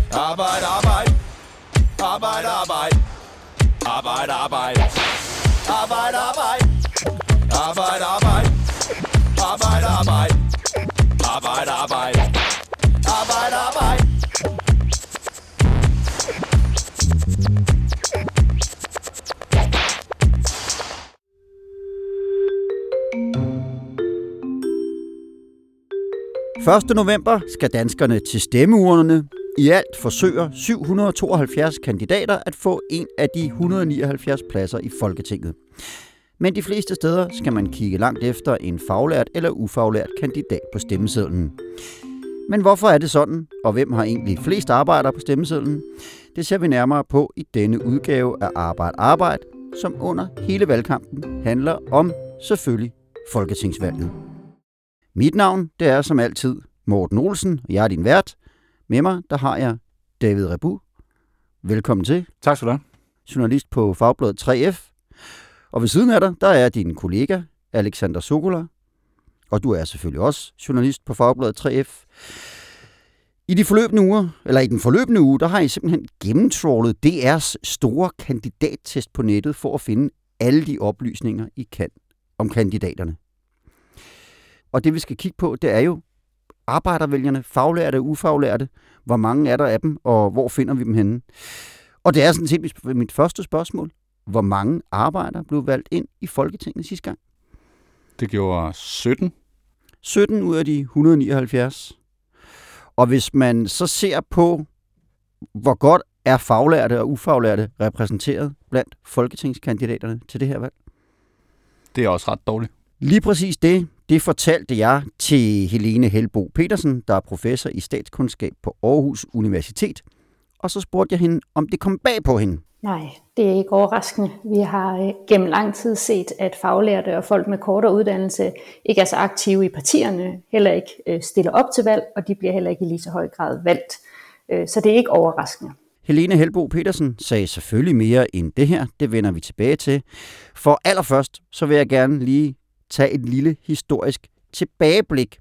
Arbejde, arbejde. Arbejde, arbejde. Arbejde, arbejde. Arbejde, arbejde. Arbejde, arbejde. Arbejde, arbejde. Arbejde, arbejde. Arbejde, arbejde. Første november skal danskerne til stemmeurnerne. I alt forsøger 772 kandidater at få en af de 179 pladser i Folketinget. Men de fleste steder skal man kigge langt efter en faglært eller ufaglært kandidat på stemmesedlen. Men hvorfor er det sådan, og hvem har egentlig flest arbejdere på stemmesedlen? Det ser vi nærmere på i denne udgave af Arbejde, som under hele valgkampen handler om selvfølgelig folketingsvalget. Mit navn, det er som altid Morten Olsen, og jeg er din vært. Med mig, der har jeg David Rebu. Velkommen til. Tak skal du have. Journalist på Fagbladet 3F. Og ved siden af dig, der er din kollega, Alexander Sokola. Og du er selvfølgelig også journalist på Fagbladet 3F. I den forløbende uge, der har I simpelthen gennemtrawlet DR's store kandidattest på nettet for at finde alle de oplysninger, I kan om kandidaterne. Og det vi skal kigge på, det er jo arbejdervælgerne, faglærte og ufaglærte. Hvor mange er der af dem, og hvor finder vi dem henne? Og det er sådan set mit første spørgsmål. Hvor mange arbejdere blev valgt ind i Folketinget sidste gang? Det gjorde 17. 17 ud af de 179. Og hvis man så ser på, hvor godt er faglærte og ufaglærte repræsenteret blandt folketingskandidaterne til det her valg? Det er også ret dårligt. Lige præcis det fortalte jeg til Helene Hellbo Petersen, der er professor i statskundskab på Aarhus Universitet. Og så spurgte jeg hende, om det kom bag på hende. Nej, det er ikke overraskende. Vi har gennem lang tid set, at faglærte og folk med kortere uddannelse ikke er så aktive i partierne, heller ikke stiller op til valg, og de bliver heller ikke i lige så høj grad valgt. Så det er ikke overraskende. Helene Hellbo Petersen sagde selvfølgelig mere end det her. Det vender vi tilbage til. For allerførst, så vil jeg gerne lige tage et lille historisk tilbageblik.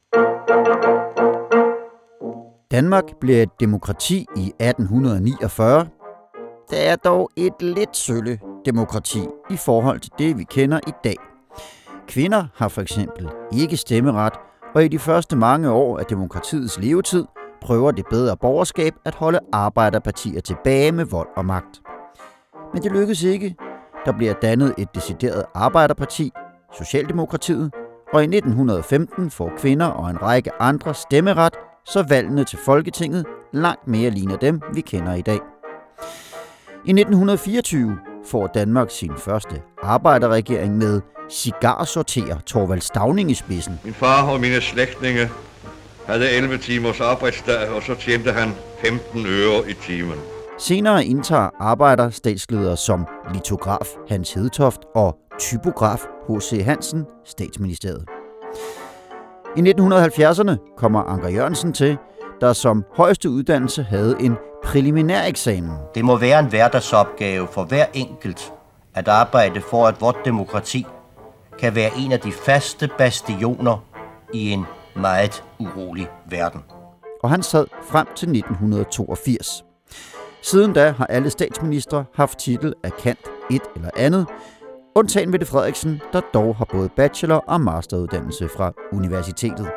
Danmark blev et demokrati i 1849. Det er dog et lidt sølle demokrati i forhold til det, vi kender i dag. Kvinder har for eksempel ikke stemmeret, og i de første mange år af demokratiets levetid prøver det bedre borgerskab at holde arbejderpartier tilbage med vold og magt. Men det lykkes ikke. Der bliver dannet et decideret arbejderparti, Socialdemokratiet, og i 1915 får kvinder og en række andre stemmeret, så valgene til Folketinget langt mere ligner dem, vi kender i dag. I 1924 får Danmark sin første arbejderregering med cigarsorterer Thorvald Stauning i spidsen. Min far og mine slægtninge havde 11 timers arbejdsdag, og så tjente han 15 øre i timen. Senere indtager arbejderstatsledere som litograf Hans Hedtoft og typograf H.C. Hansen statsministeriet. I 1970'erne kommer Anker Jørgensen til, der som højeste uddannelse havde en præliminær eksamen. Det må være en hverdagsopgave for hver enkelt at arbejde for, at vort demokrati kan være en af de faste bastioner i en meget urolig verden. Og han sad frem til 1982. Siden da har alle statsministre haft titel af cand. Et eller andet, undtagen Mette Frederiksen, der dog har både bachelor- og masteruddannelse fra universitetet.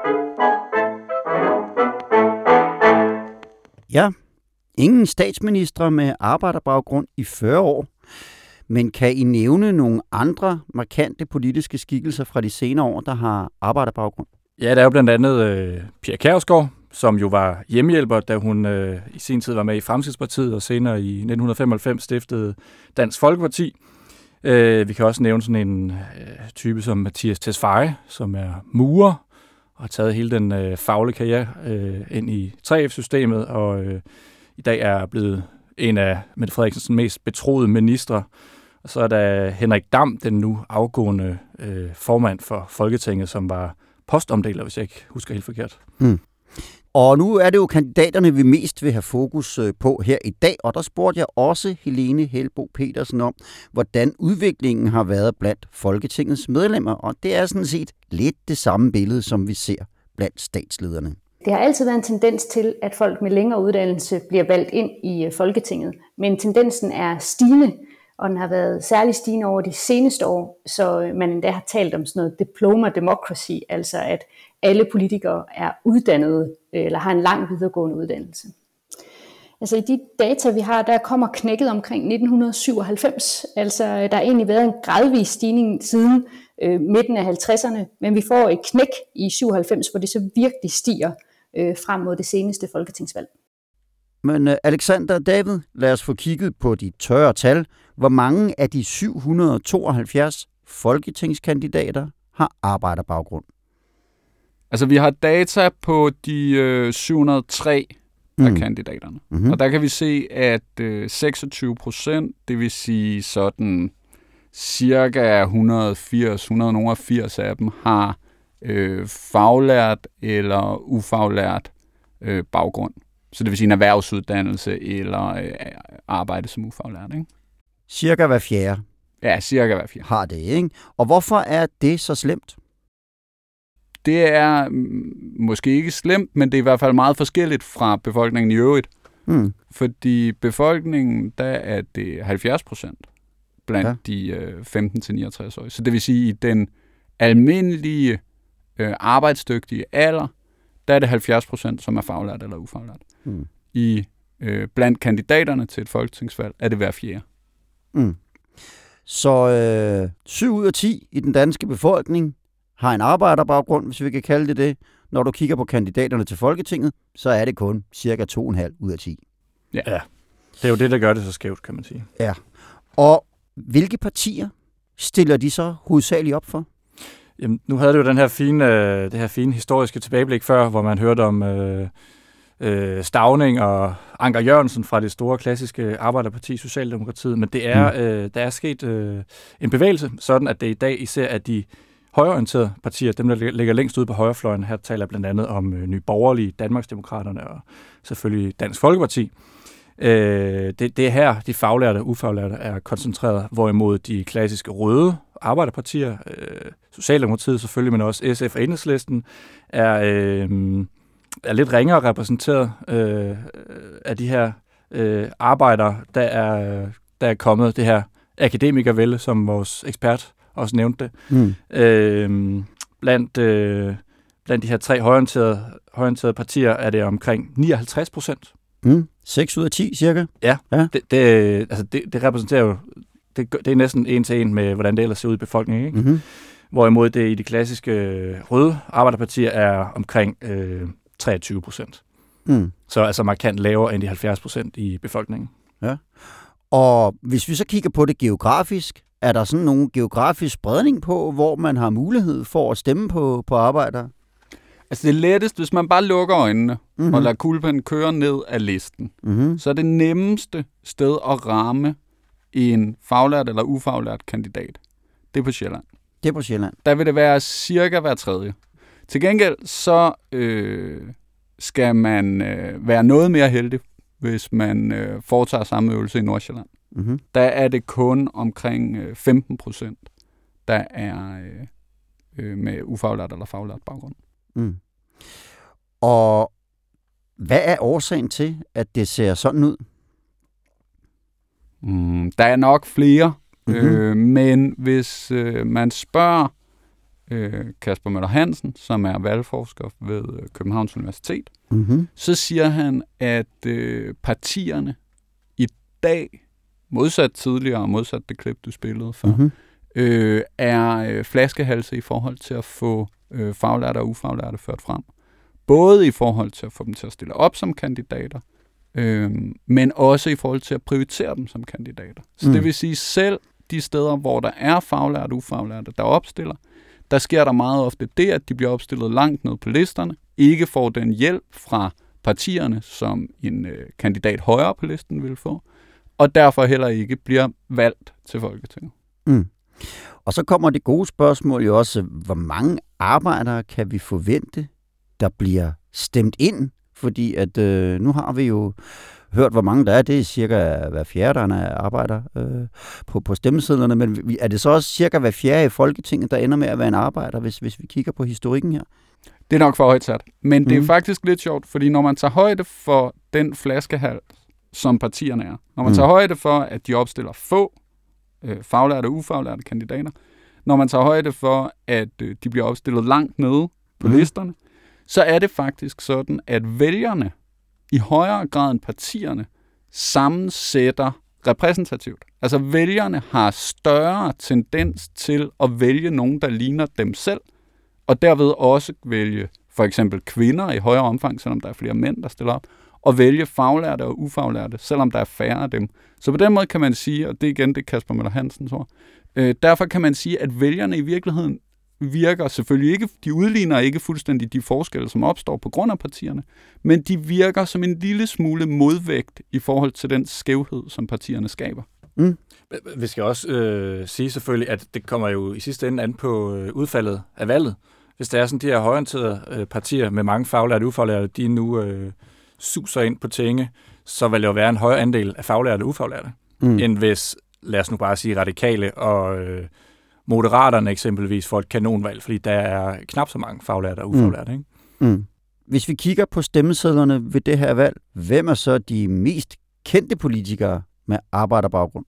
Ja, ingen statsministre med arbejderbaggrund i 40 år. Men kan I nævne nogle andre markante politiske skikkelser fra de senere år, der har arbejderbaggrund? Ja, der er jo blandt andet Pia Kjærsgaard, som jo var hjemmehjælper, da hun i sin tid var med i Fremskridtspartiet, og senere i 1995 stiftede Dansk Folkeparti. Vi kan også nævne sådan en type som Mathias Tesfaye, som er murer, og har taget hele den faglige karriere ind i 3F-systemet, og i dag er blevet en af Mette Frederiksens mest betroede ministre. Og så er der Henrik Dam, den nu afgående formand for Folketinget, som var postomdeler, hvis jeg ikke husker helt forkert. Og nu er det jo kandidaterne, vi mest vil have fokus på her i dag, og der spurgte jeg også Helene Hellbo Petersen om, hvordan udviklingen har været blandt Folketingets medlemmer, og det er sådan set lidt det samme billede, som vi ser blandt statslederne. Det har altid været en tendens til, at folk med længere uddannelse bliver valgt ind i Folketinget, men tendensen er stigende, og den har været særlig stigende over de seneste år, så man endda har talt om sådan noget diploma democracy, altså at alle politikere er uddannede eller har en lang videregående uddannelse. Altså i de data, vi har, der kommer knækket omkring 1997. Altså der har egentlig været en gradvis stigning siden midten af 50'erne, men vi får et knæk i 97, hvor det så virkelig stiger frem mod det seneste folketingsvalg. Men Alexander og David, lad os få kigget på de tørre tal. Hvor mange af de 772 folketingskandidater har arbejderbaggrund? Altså vi har data på de 703 af kandidaterne. Mm-hmm. Og der kan vi se, at 26%, det vil sige sådan cirka 180 af dem, har faglært eller ufaglært baggrund. Så det vil sige en erhvervsuddannelse eller arbejde som ufaglært, ikke? Cirka hver fjerde. Ja, cirka hver fjerde. Har det, ikke? Og hvorfor er det så slemt? Det er måske ikke slemt, men det er i hvert fald meget forskelligt fra befolkningen i øvrigt. Fordi befolkningen, der er det 70% blandt de 15-69-årige. Så det vil sige, at i den almindelige arbejdsdygtige alder, der er det 70%, som er faglært eller ufaglært. Blandt kandidaterne til et folketingsvalg er det hver fjerde. Så 7 ud af 10 i den danske befolkning har en arbejderbaggrund, hvis vi kan kalde det. Når du kigger på kandidaterne til Folketinget, så er det kun cirka 2,5 ud af 10. Ja, det er jo det, der gør det så skævt, kan man sige. Ja. Og hvilke partier stiller de så hovedsageligt op for? Jamen, nu havde du jo det her fine historiske tilbageblik før, hvor man hørte om Stauning og Anker Jørgensen fra det store klassiske arbejderparti Socialdemokratiet, men det er, der er sket en bevægelse, sådan at det i dag især er de højreorienterede partier, dem der ligger længst ude på højrefløjen. Her taler jeg blandt andet om Nye Borgerlige, Danmarksdemokraterne og selvfølgelig Dansk Folkeparti. Det er her, de faglærte og ufaglærte er koncentreret, hvorimod de klassiske røde arbejderpartier, Socialdemokratiet selvfølgelig, men også SF og Enhedslisten, er lidt ringere repræsenteret af de her arbejdere, der er kommet det her akademikervælde, som vores ekspert også nævnte det. Blandt de her 3 højorienterede partier er det omkring 59%. 6 ud af 10 cirka? Ja. Det repræsenterer jo, det er næsten en til en med, hvordan det ellers ser ud i befolkningen, ikke? Mm-hmm. Hvorimod det i de klassiske røde arbejderpartier er omkring 23%. Så altså markant lavere end de 70% i befolkningen. Ja. Og hvis vi så kigger på det geografisk, er der sådan nogen geografisk spredning på, hvor man har mulighed for at stemme på arbejdere? Altså det er lettest, hvis man bare lukker øjnene og lader kuglepennen køre ned af listen. Så er det nemmeste sted at ramme en faglært eller ufaglært kandidat. Det er på Sjælland. Det er på Sjælland. Der vil det være cirka hver tredje. Til gengæld så skal man være noget mere heldig, hvis man foretager samme øvelse i Nordsjælland. Der er det kun omkring 15%, der er med ufaglært eller faglært baggrund. Og hvad er årsagen til, at det ser sådan ud? Der er nok flere, men hvis man spørger Kasper Møller Hansen, som er valgforsker ved Københavns Universitet, så siger han, at partierne i dag, modsat tidligere og modsat det klip, du spillede før, er flaskehalse i forhold til at få faglærte og ufaglærte ført frem. Både i forhold til at få dem til at stille op som kandidater, men også i forhold til at prioritere dem som kandidater. Så det vil sige, selv de steder, hvor der er faglærte og ufaglærte, der opstiller, der sker der meget ofte det, at de bliver opstillet langt ned på listerne, ikke får den hjælp fra partierne, som en kandidat højere på listen vil få, og derfor heller ikke bliver valgt til Folketinget. Og så kommer det gode spørgsmål jo også, hvor mange arbejdere kan vi forvente, der bliver stemt ind? Fordi at nu har vi jo hørt, hvor mange der er. Det er cirka hver fjerde, der arbejder på stemmesedlerne. Men er det så også cirka hver fjerde i Folketinget, der ender med at være en arbejder, hvis vi kigger på historikken her? Det er nok for højt sat. Men det er faktisk lidt sjovt, fordi når man tager højde for den flaskehals, som partierne er, når man tager højde for, at de opstiller få faglærte og ufaglærte kandidater, når man tager højde for, at de bliver opstillet langt nede på listerne, så er det faktisk sådan, at vælgerne i højere grad end partierne sammensætter repræsentativt. Altså vælgerne har større tendens til at vælge nogen, der ligner dem selv, og derved også vælge for eksempel kvinder i højere omfang, selvom der er flere mænd, der stiller op, og vælge faglærte og ufaglærte, selvom der er færre af dem. Så på den måde kan man sige, og det er igen det Kasper Møller Hansens ord, derfor kan man sige, at vælgerne i virkeligheden virker selvfølgelig ikke, de udligner ikke fuldstændig de forskelle, som opstår på grund af partierne, men de virker som en lille smule modvægt i forhold til den skævhed, som partierne skaber. Vi skal også sige selvfølgelig, at det kommer jo i sidste ende an på udfaldet af valget. Hvis der er sådan de her højorienterede partier med mange faglærte og ufaglærte, de nu suser ind på tinge, så vil det jo være en højere andel af faglærte og ufaglærte, end hvis, lad os nu bare sige, radikale og Moderaterne eksempelvis får et kanonvalg, fordi der er knap så mange faglærte og ufaglærte. Ikke? Hvis vi kigger på stemmesedlerne ved det her valg, hvem er så de mest kendte politikere med arbejderbaggrund?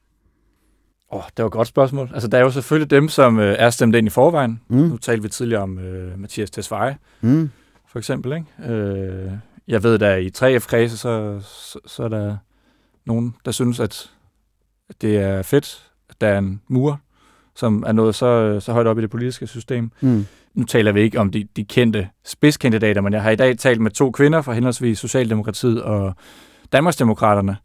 Det var et godt spørgsmål. Altså, der er jo selvfølgelig dem, som er stemt ind i forvejen. Nu talte vi tidligere om Mathias Tesfaye, for eksempel. Ikke? Jeg ved, der i 3F-kredse, så er der nogen, der synes, at det er fedt, at der er en mur, som er nået så højt op i det politiske system. Nu taler vi ikke om de kendte spidskandidater, men jeg har i dag talt med 2 kvinder fra henholdsvis Socialdemokratiet og Danmarksdemokraterne,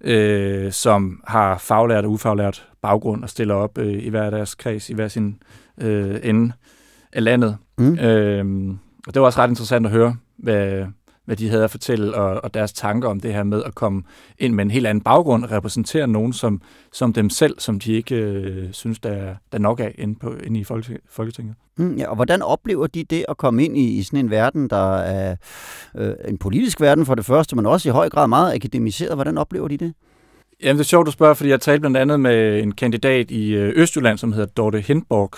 som har faglært og ufaglært baggrund og stiller op i hver deres kreds, i hver sin ende af landet. Og det var også ret interessant at høre, hvad de havde at fortælle, og deres tanker om det her med at komme ind med en helt anden baggrund og repræsentere nogen som dem selv, som de ikke synes, der er nok af inde i Folketinget. Ja, og hvordan oplever de det at komme ind i sådan en verden, der er en politisk verden for det første, men også i høj grad meget akademiseret? Hvordan oplever de det? Jamen, det er sjovt, du spørger, fordi jeg talte blandt andet med en kandidat i Østjylland, som hedder Dorte Hindborg.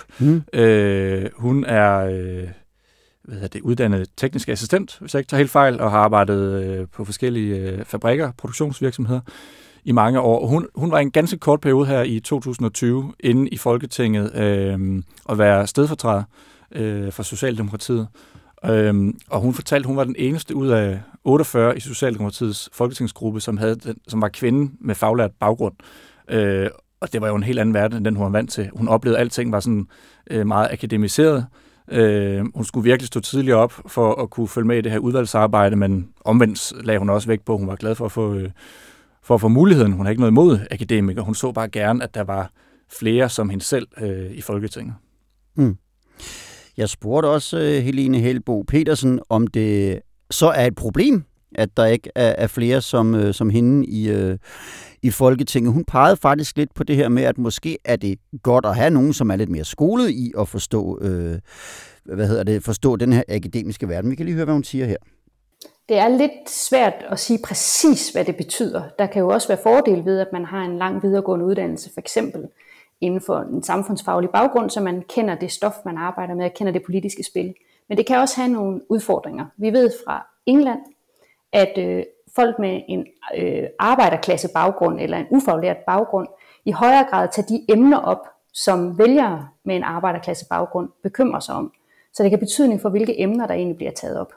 Hun er uddannet teknisk assistent, hvis jeg ikke tager helt fejl, og har arbejdet på forskellige fabrikker, produktionsvirksomheder i mange år. Hun var en ganske kort periode her i 2020 inde i Folketinget at være stedfortræder for Socialdemokratiet. Og hun fortalte, at hun var den eneste ud af 48 i Socialdemokratiets folketingsgruppe, som var kvinde med faglært baggrund. Og det var jo en helt anden verden, end den hun var vant til. Hun oplevede, at alting var sådan meget akademiseret. Hun skulle virkelig stå tidligt op for at kunne følge med i det her udvalgsarbejde, men omvendt lagde hun også vægt på, at hun var glad for at få muligheden. Hun har ikke noget imod akademikere. Hun så bare gerne, at der var flere som hende selv i Folketinget. Jeg spurgte også Helene Hellbo Petersen, om det så er et problem, at der ikke er flere som hende i Folketinget. Hun pegede faktisk lidt på det her med, at måske er det godt at have nogen, som er lidt mere skolet i at forstå den her akademiske verden. Vi kan lige høre, hvad hun siger her. Det er lidt svært at sige præcis, hvad det betyder. Der kan jo også være fordele ved, at man har en lang videregående uddannelse, for eksempel inden for en samfundsfaglig baggrund, så man kender det stof, man arbejder med, og kender det politiske spil. Men det kan også have nogle udfordringer. Vi ved fra England, at folk med en arbejderklasse baggrund eller en ufaglært baggrund i højere grad tager de emner op, som vælgere med en arbejderklasse baggrund bekymrer sig om. Så det kan have betydning for, hvilke emner, der egentlig bliver taget op.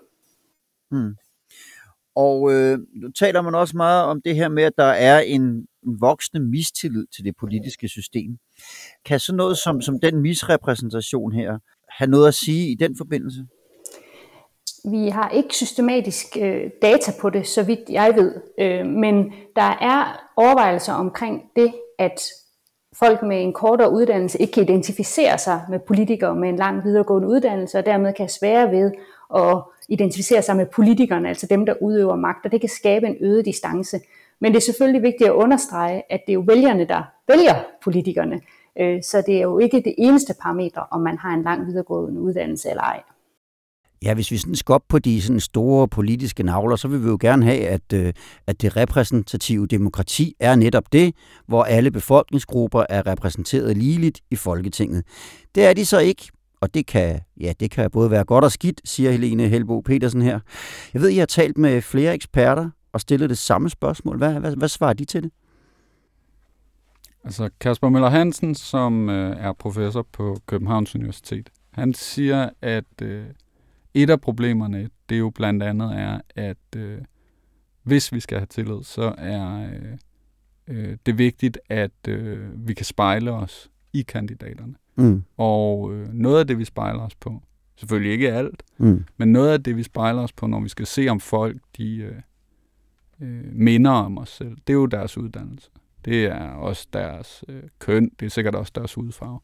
Og nu taler man også meget om det her med, at der er en voksende mistillid til det politiske system. Kan så noget som den misrepræsentation her have noget at sige i den forbindelse? Vi har ikke systematisk data på det, så vidt jeg ved, men der er overvejelser omkring det, at folk med en kortere uddannelse ikke kan identificere sig med politikere med en lang videregående uddannelse, og dermed kan have svære ved at identificere sig med politikerne, altså dem, der udøver magt, og det kan skabe en øget distance. Men det er selvfølgelig vigtigt at understrege, at det er jo vælgerne, der vælger politikerne, så det er jo ikke det eneste parameter, om man har en lang videregående uddannelse eller ej. Ja, hvis vi sådan skal op på de sådan store politiske navler, så vil vi jo gerne have, at det repræsentative demokrati er netop det, hvor alle befolkningsgrupper er repræsenteret ligeligt i Folketinget. Det er de så ikke Og det kan både være godt og skidt, siger Helene Hellbo Petersen her. Jeg ved, I har talt med flere eksperter og stillet det samme spørgsmål. Hvad svarer de til det? Altså Kasper Møller Hansen, som er professor på Københavns Universitet, han siger, at et af problemerne, det jo blandt andet er, at hvis vi skal have tillid, så er det vigtigt, at vi kan spejle os i kandidaterne. Og noget af det, vi spejler os på, selvfølgelig ikke alt, men noget af det, vi spejler os på, når vi skal se, om folk de minder om os selv, det er jo deres uddannelse. Det er også deres køn, det er sikkert også deres hudfarve.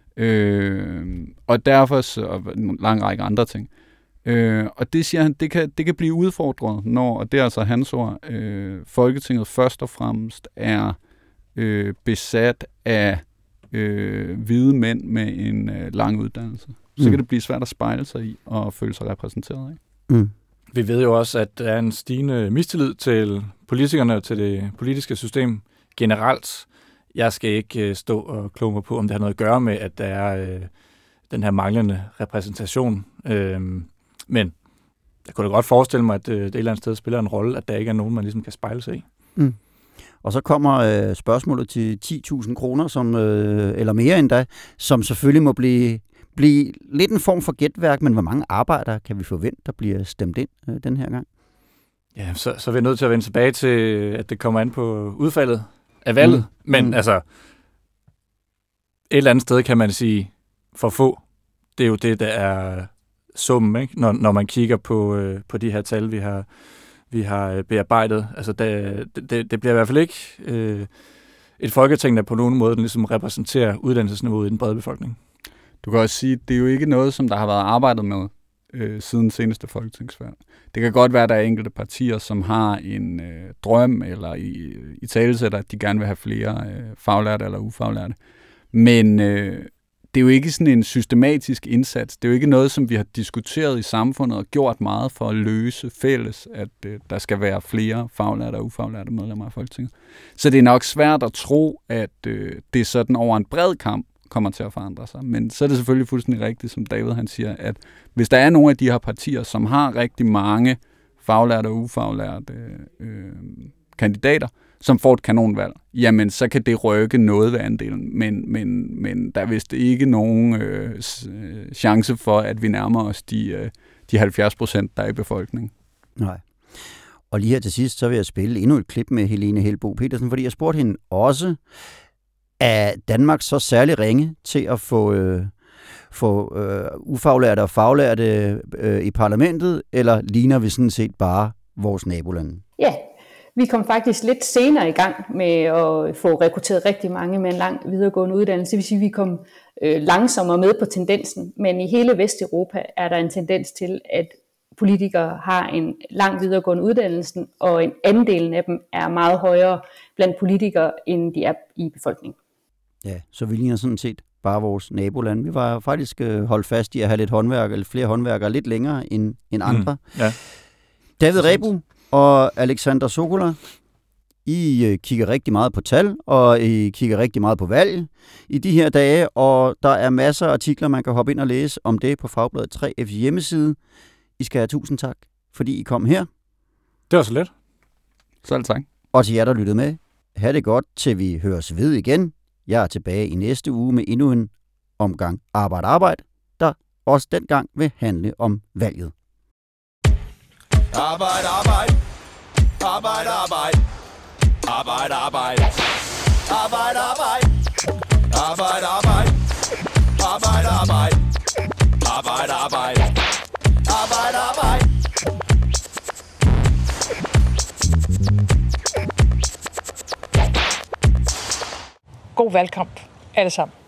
Og derfor så en lang række andre ting. Og det siger han, det kan blive udfordret, når, og det er altså hans ord, Folketinget først og fremmest er besat af hvide mænd med en lang uddannelse. Så kan det blive svært at spejle sig i og føle sig repræsenteret af. Vi ved jo også, at der er en stigende mistillid til politikerne og til det politiske system generelt. Jeg skal ikke stå og kloge mig på, om det har noget at gøre med, at der er den her manglende repræsentation. Men jeg kunne da godt forestille mig, at det et eller andet sted spiller en rolle, at der ikke er nogen, man ligesom kan spejle sig i. Og så kommer spørgsmålet til 10.000 kroner, som, eller mere endda, som selvfølgelig må blive lidt en form for gætværk, men hvor mange arbejdere kan vi forvente, der bliver stemt ind den her gang? Ja, så er vi nødt til at vende tilbage til, at det kommer an på udfaldet af valget. Men altså, et eller andet sted kan man sige, for få, det er jo det, der er summen, ikke? Når man kigger på de her tal, vi har bearbejdet. Altså, det bliver i hvert fald ikke et folketing, der på nogen måde ligesom repræsenterer uddannelsesniveauet i den brede befolkning. Du kan også sige, at det er jo ikke noget, som der har været arbejdet med siden seneste folketingsvalg. Det kan godt være, at der er enkelte partier, som har en drøm eller i talesætter, at de gerne vil have flere faglærte eller ufaglærte. Men det er jo ikke sådan en systematisk indsats. Det er jo ikke noget, som vi har diskuteret i samfundet og gjort meget for at løse fælles, at der skal være flere faglærte og ufaglærte medlemmer af Folketinget. Så det er nok svært at tro, at det sådan over en bred kamp kommer til at forandre sig. Men så er det selvfølgelig fuldstændig rigtigt, som David han siger, at hvis der er nogle af de her partier, som har rigtig mange faglærte og ufaglærte kandidater, som får et kanonvalg, jamen så kan det rykke noget ved andelen. Men der er vist ikke nogen chance for, at vi nærmer os de 70%, der er i befolkningen. Nej. Og lige her til sidst, så vil jeg spille endnu et klip med Helene Hellbo Petersen, fordi jeg spurgte hende også, er Danmark så særlig ringe til at få ufaglærte og faglærte i parlamentet, eller ligner vi sådan set bare vores nabolande? Ja, vi kom faktisk lidt senere i gang med at få rekrutteret rigtig mange med en lang videregående uddannelse. Det vil sige, at vi kom langsommere med på tendensen, men i hele Vesteuropa er der en tendens til, at politikere har en lang videregående uddannelse, og en andelen af dem er meget højere blandt politikere, end de er i befolkningen. Ja, så vi ligner sådan set bare vores nabolande. Vi var faktisk holdt fast i at have lidt håndværk, eller flere håndværkere lidt længere end andre. Ja. David Rebu og Alexander Sokola, I kigger rigtig meget på tal, og I kigger rigtig meget på valg i de her dage, og der er masser af artikler, man kan hoppe ind og læse om det på Fagbladet 3F's hjemmeside. I skal have 1000 tak, fordi I kom her. Det var så let. Selv tak. Og til jer, der lyttede med, ha' det godt, til vi høres ved igen. Jeg er tilbage i næste uge med endnu en omgang Arbejde, der også dengang vil handle om valget. Arbejde. Arbejde. Arbejde. Arbejde. Arbejde. Arbejde. Arbejde. Arbejde. Arbejde. Arbejde. Arbejde. God valgkamp, alle sammen.